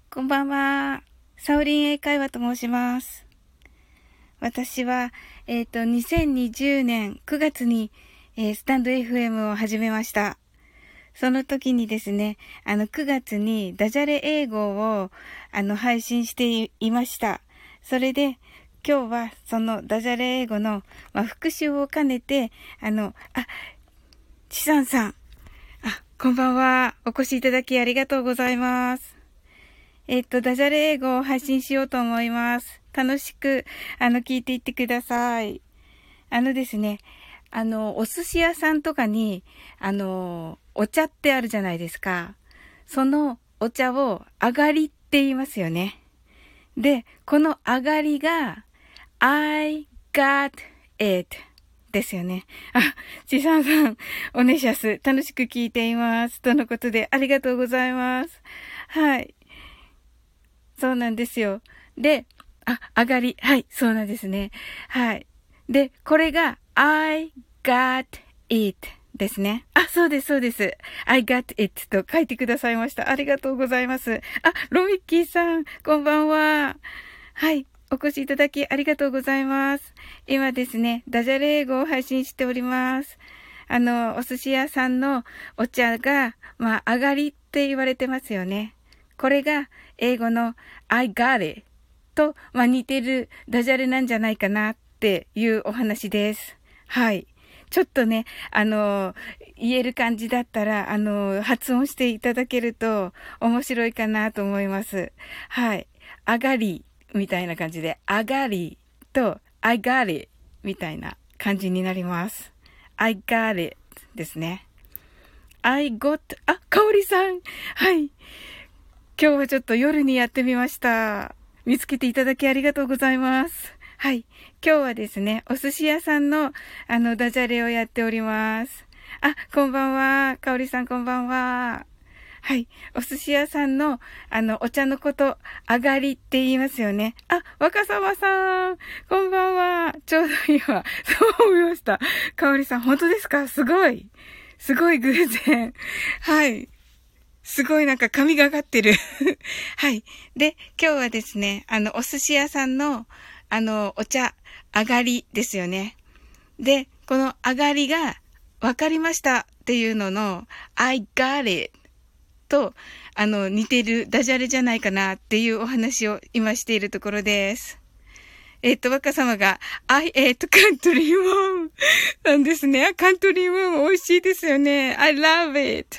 こんばんは。サオリン英会話と申します。私は、2020年9月に、スタンド FM を始めました。その時にですね、9月にダジャレ英語を、配信していました。それで、今日はそのダジャレ英語の、復習を兼ねて、チサンさん、こんばんは。お越しいただきありがとうございます。ダジャレ英語を配信しようと思います。楽しく、聞いていってください。ですね、お寿司屋さんとかに、お茶ってあるじゃないですか。そのお茶を上がりって言いますよね。で、この上がりが、I got it ですよね。ちさんさん、おねしゃす、楽しく聞いています。とのことで、ありがとうございます。はい。そうなんですよ。で、上がり。はい、そうなんですね。はい。で、これが I got it ですね。そうです、そうです。I got it と書いてくださいました。ありがとうございます。ロミッキーさん、こんばんは。はい。お越しいただきありがとうございます。今ですね、ダジャレ英語を配信しております。お寿司屋さんのお茶が、上がりって言われてますよね。これが英語の I got it と、似てるダジャレなんじゃないかなっていうお話です。はい。ちょっとね、言える感じだったら、発音していただけると面白いかなと思います。はい。上がりみたいな感じで、上がりと I got it みたいな感じになります。I got it ですね。I got, かおりさん。はい。今日はちょっと夜にやってみました。見つけていただきありがとうございます。はい。今日はですね、お寿司屋さんの、ダジャレをやっております。こんばんは。かおりさんこんばんは。はい。お寿司屋さんの、お茶のこと、上がりって言いますよね。若様さん。こんばんは。ちょうど今、そう思いました。かおりさん、本当ですか？すごい。すごい偶然。はい。すごいなんか髪がかってる。はい。で、今日はですね、お寿司屋さんの、お茶、上がりですよね。で、この上がりが、わかりましたっていうのの、I got it と、似てるダジャレじゃないかなっていうお話を今しているところです。若様が、I ate country worm なんですね。カントリーワーム美味しいですよね。I love it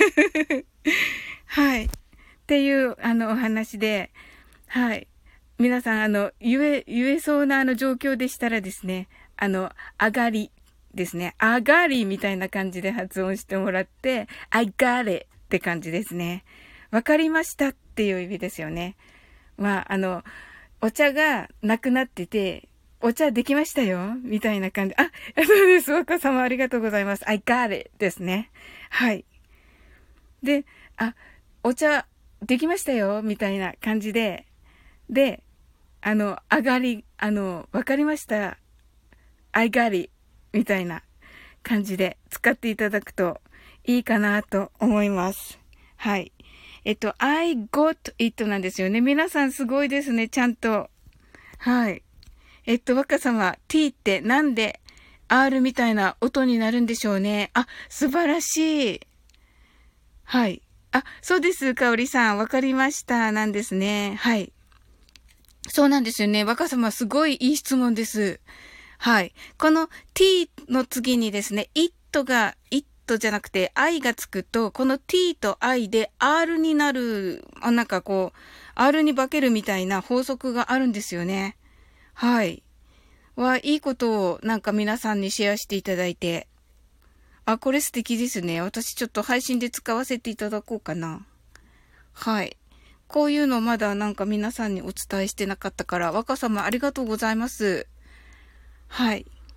はい。っていう、お話で、はい。皆さん、言えそうな状況でしたらですね、上がりですね。上がりみたいな感じで発音してもらって、I got it って感じですね。わかりましたっていう意味ですよね。お茶がなくなってて、お茶できましたよみたいな感じ。そうです。若様ありがとうございます。I got it ですね。はい。で、お茶できましたよみたいな感じで、上がり、わかりました。I got it みたいな感じで使っていただくといいかなと思います。はい。I got it なんですよね。皆さんすごいですね、ちゃんと。はい。若様、t ってなんで r みたいな音になるんでしょうね。素晴らしい。はい。そうです、かおりさん。わかりました。なんですね。はい。そうなんですよね。若様、すごいいい質問です。はい。この t の次にですね、it じゃなくて I がつくと、この t と I で R になる、R に化けるみたいな法則があるんですよね。はい。いいことを皆さんにシェアしていただいて。これ素敵ですね。私ちょっと配信で使わせていただこうかな。はい。こういうのまだ皆さんにお伝えしてなかったから、若様ありがとうございます。はい。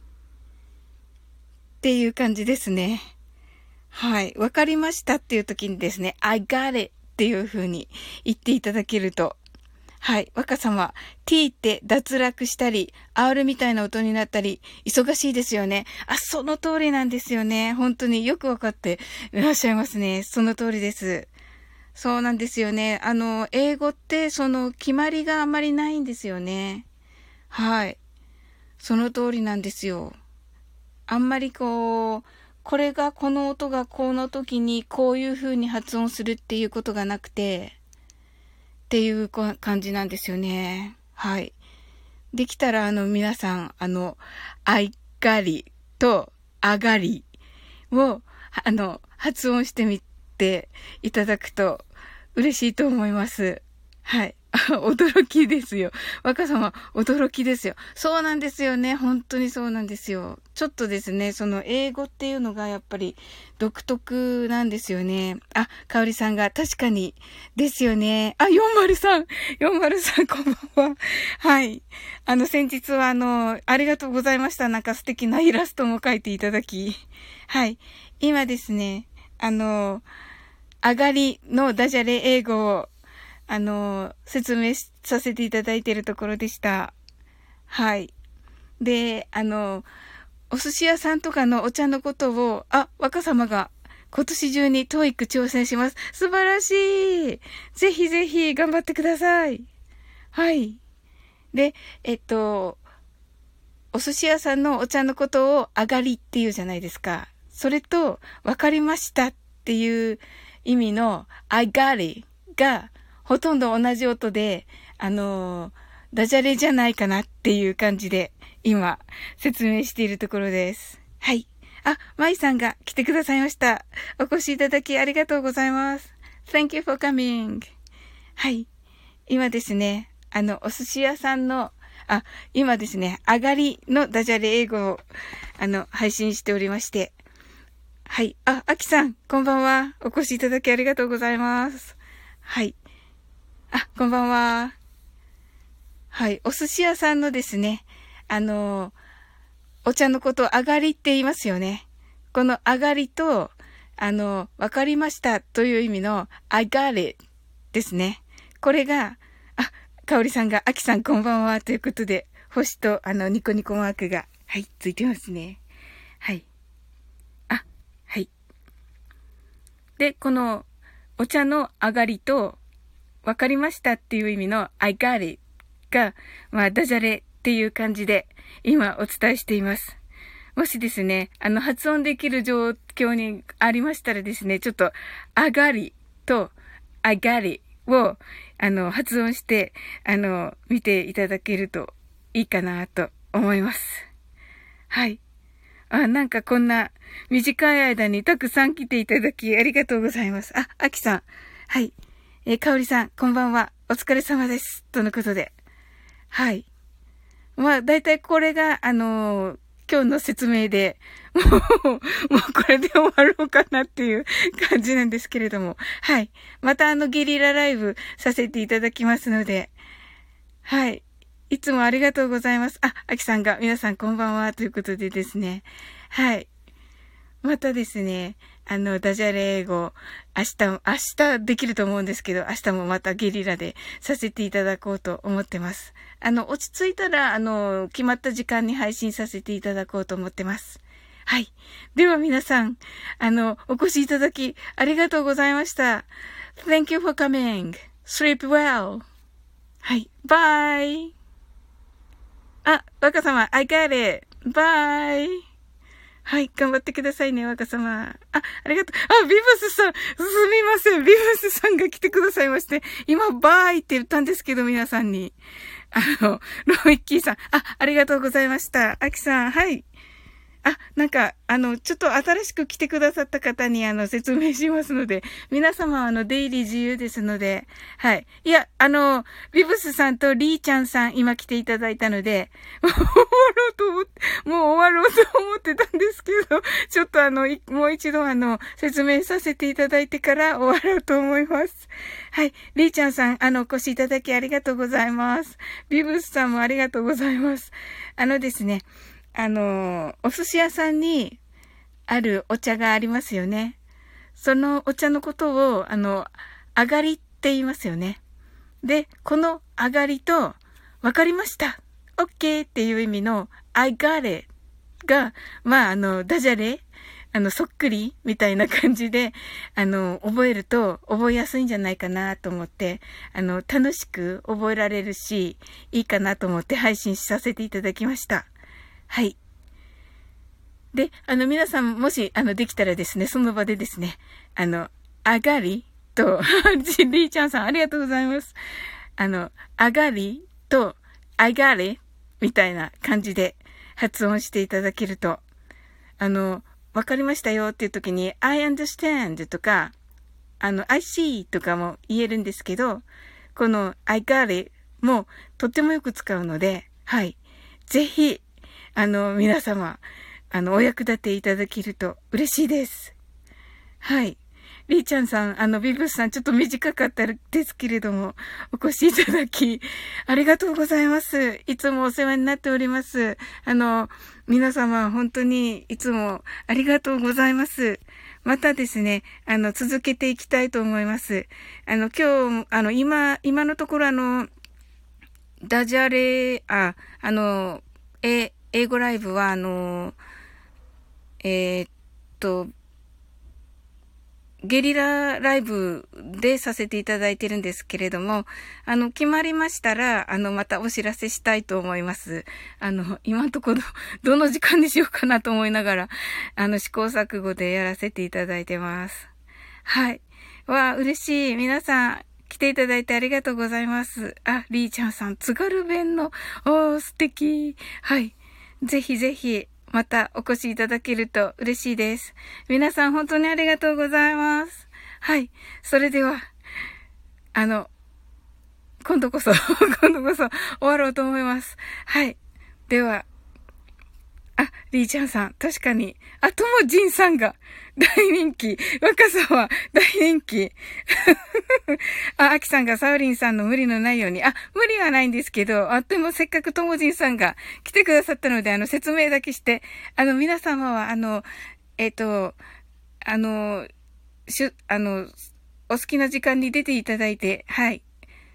っていう感じですね。はい。わかりましたっていう時にですね、I got it っていう風に言っていただけると。はい。若様、t って脱落したり、r みたいな音になったり、忙しいですよね。その通りなんですよね。本当によくわかっていらっしゃいますね。その通りです。 そうなんですよね。英語ってその決まりがあまりないんですよね。はい。その通りなんですよ。あんまりこれがこの音がこの時にこういう風に発音するっていうことがなくて、っていう感じなんですよね。はい。できたら皆さん、あいがりとあがりを、発音してみていただくと嬉しいと思います。はい。驚きですよ。若様、驚きですよ。そうなんですよね。本当にそうなんですよ。ちょっとですね、その英語っていうのがやっぱり独特なんですよね。あ、かおりさんが確かにですよね。あ、403、403こんばんは。はい。先日はありがとうございました。なんか素敵なイラストも描いていただき。はい。今ですね、上がりのダジャレ英語を説明させていただいているところでした。はい。で、お寿司屋さんとかのお茶のことを、若様が今年中にトーイック挑戦します。素晴らしい。ぜひぜひ頑張ってください。はい。で、お寿司屋さんのお茶のことを上がりっていうじゃないですか。それと、わかりましたっていう意味の I got it がほとんど同じ音で、ダジャレじゃないかなっていう感じで、今、説明しているところです。はい。あ、マイさんが来てくださいました。お越しいただきありがとうございます。Thank you for coming. はい。今ですね、お寿司屋さんの、今ですね、上がりのダジャレ英語を、配信しておりまして。はい。あきさん、こんばんは。お越しいただきありがとうございます。はい。こんばんは。はい。お寿司屋さんのですね、お茶のことを上がりって言いますよね。この上がりと、わかりましたという意味の I got it ですね。これが、かおりさんが、あきさんこんばんはということで、星とニコニコマークが、はい、ついてますね。はい。はい。で、この、お茶の上がりと、わかりましたっていう意味の I got it が、ダジャレっていう感じで、今お伝えしています。もしですね、発音できる状況にありましたらですね、ちょっと、上がりと I got it を、発音して、見ていただけるといいかなと思います。はい。なんかこんな短い間にたくさん来ていただきありがとうございます。あきさん。はい。かおりさん、こんばんは。お疲れ様です。とのことで。はい。だいたいこれが、今日の説明で、もうこれで終わろうかなっていう感じなんですけれども。はい。またゲリラライブさせていただきますので。はい。いつもありがとうございます。あきさんが、皆さんこんばんはということでですね。はい。またですね、ダジャレ英語、明日できると思うんですけど、明日もまたゲリラでさせていただこうと思ってます。落ち着いたら、決まった時間に配信させていただこうと思ってます。はい。では皆さん、お越しいただきありがとうございました。Thank you for coming. Sleep well. はい。Bye. 若様、I got it. Bye. はい、頑張ってくださいね、若様。ありがとう。ビブスさん、すみません。ビブスさんが来てくださいまして、今、バーイって言ったんですけど、皆さんに。ロイッキーさん、ありがとうございました。アキさん、はい。なんか、ちょっと新しく来てくださった方に、説明しますので、皆様は、出入り自由ですので、はい。いや、ビブスさんとリーちゃんさん、今来ていただいたので、もう終わろうと思ってたんですけど、ちょっともう一度説明させていただいてから終わろうと思います。はい。リーちゃんさん、お越しいただきありがとうございます。ビブスさんもありがとうございます。ですね、お寿司屋さんにあるお茶がありますよね。そのお茶のことを、上がりって言いますよね。で、この上がりと、わかりました。OK っていう意味の I got it が、ダジャレそっくりみたいな感じで、覚えると覚えやすいんじゃないかなと思って、楽しく覚えられるし、いいかなと思って配信させていただきました。はい。で、皆さんもし、できたらですね、その場でですね、あがりと、リーちゃんさんありがとうございます。あがりと、I got it みたいな感じで発音していただけると、わかりましたよっていう時に、I understand とか、I see とかも言えるんですけど、この I got it もとってもよく使うので、はい。ぜひ、皆様、お役立ていただけると嬉しいです。はい。リーちゃんさん、ビブスさん、ちょっと短かったですけれども、お越しいただき、ありがとうございます。いつもお世話になっております。皆様、本当に、いつもありがとうございます。またですね、続けていきたいと思います。今日、今のところダジャレ、英語ライブは、ゲリラライブでさせていただいてるんですけれども、決まりましたら、またお知らせしたいと思います。今のところ、どの時間にしようかなと思いながら、試行錯誤でやらせていただいてます。はい。わあ、嬉しい。皆さん、来ていただいてありがとうございます。あ、リーちゃんさん、津軽弁の、素敵。はい。ぜひぜひ、またお越しいただけると嬉しいです。皆さん本当にありがとうございます。はい。それでは、今度こそ終わろうと思います。はい。では、リーちゃんさん、確かに。ともじんさんが大人気。若さは大人気。あきさんがサウリンさんの無理のないように。無理はないんですけど、でもせっかくともじんさんが来てくださったので、説明だけして、皆様は、お好きな時間に出ていただいて、はい。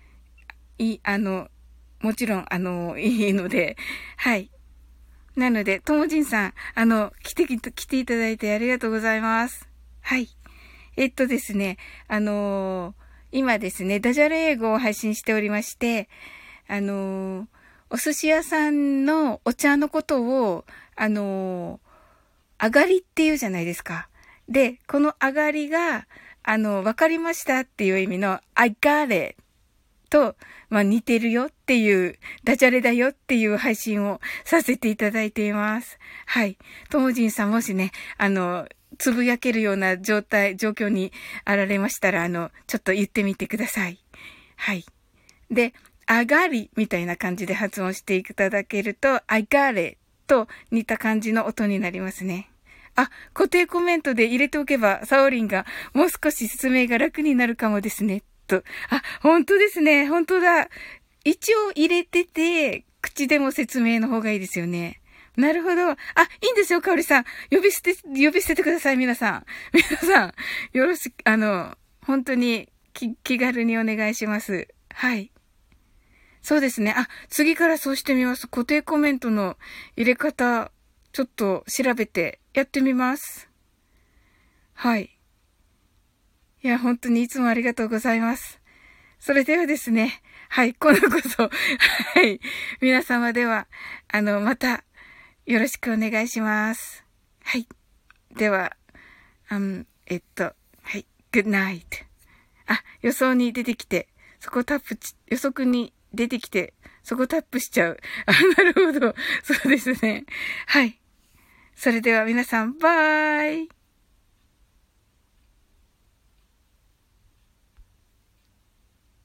もちろん、いいので、はい。なので、ともじんさん、来ていただいてありがとうございます。はい。ですね、今ですね、ダジャレ英語を配信しておりまして、お寿司屋さんのお茶のことを、あがりっていうじゃないですか。で、このあがりが、わかりましたっていう意味の I got it と、似てるよっていう、ダジャレだよっていう配信をさせていただいています。はい。ともじんさんもしね、つぶやけるような状況にあられましたら、ちょっと言ってみてください。はい。で、あがりみたいな感じで発音していただけると、I got it と似た感じの音になりますね。固定コメントで入れておけば、サオリンがもう少し説明が楽になるかもですね。本当ですね。本当だ。一応入れてて、口でも説明の方がいいですよね。なるほど。いいんですよ、かおりさん。呼び捨ててください、皆さん。皆さん、よろしく、本当に気軽にお願いします。はい。そうですね。次からそうしてみます。固定コメントの入れ方、ちょっと調べてやってみます。はい。いや、本当にいつもありがとうございます。それではですね、はい、今度こそ、はい、皆様では、また、よろしくお願いします。はい。では、はい、good night。予想に出てきて、予測に出てきて、そこタップしちゃう。なるほど。そうですね。はい。それでは皆さん、バイ。